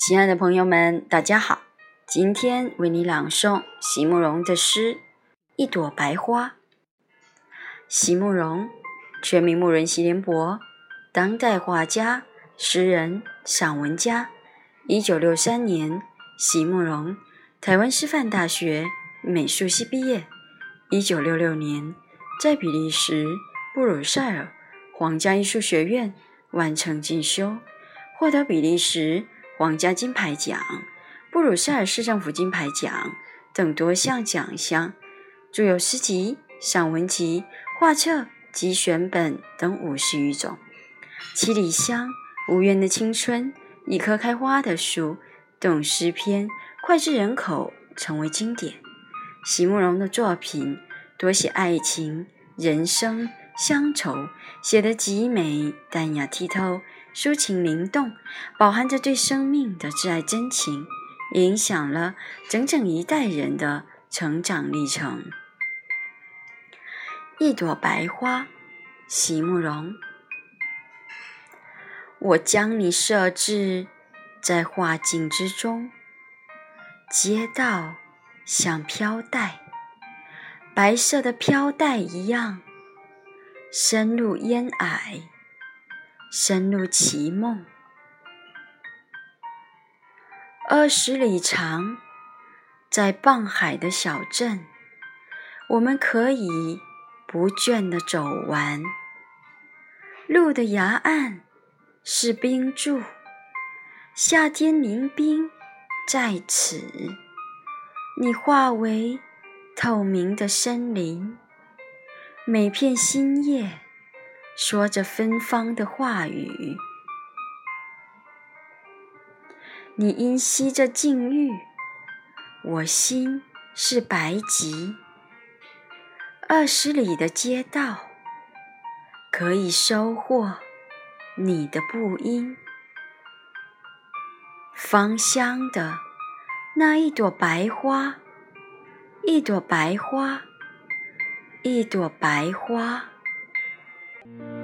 亲爱的朋友们，大家好，今天为你朗诵席慕容的诗《一朵白花》。席慕容，全名慕容席联博，当代画家、诗人、散文家。1963年，席慕容台湾师范大学美术系毕业。1966年，在比利时布鲁塞尔皇家艺术学院完成进修，获得比利时皇家金牌奖、布鲁塞尔市政府金牌奖等多项奖项，著有诗集、散文集、画册及选本等50余种。七里香、无缘的青春、一棵开花的树等诗篇脍炙人口，成为经典。席慕容的作品多写爱情、人生、乡愁，写得极美，淡雅剔透，抒情灵动，饱含着对生命的挚爱真情，影响了整整一代人的成长历程。一朵白花，席慕容。我将你设置在画境之中，街道像飘带，白色的飘带一样，深入烟霭，深入其梦。20里长，在傍海的小镇，我们可以不倦地走完。路的崖岸是冰柱，夏天凝冰在此，你化为透明的森林，每片新叶说着芬芳的话语。你因吸着静郁，我心是白极。20里的街道，可以收获你的不因。芳香的那一朵白花，一朵白花，一朵白花。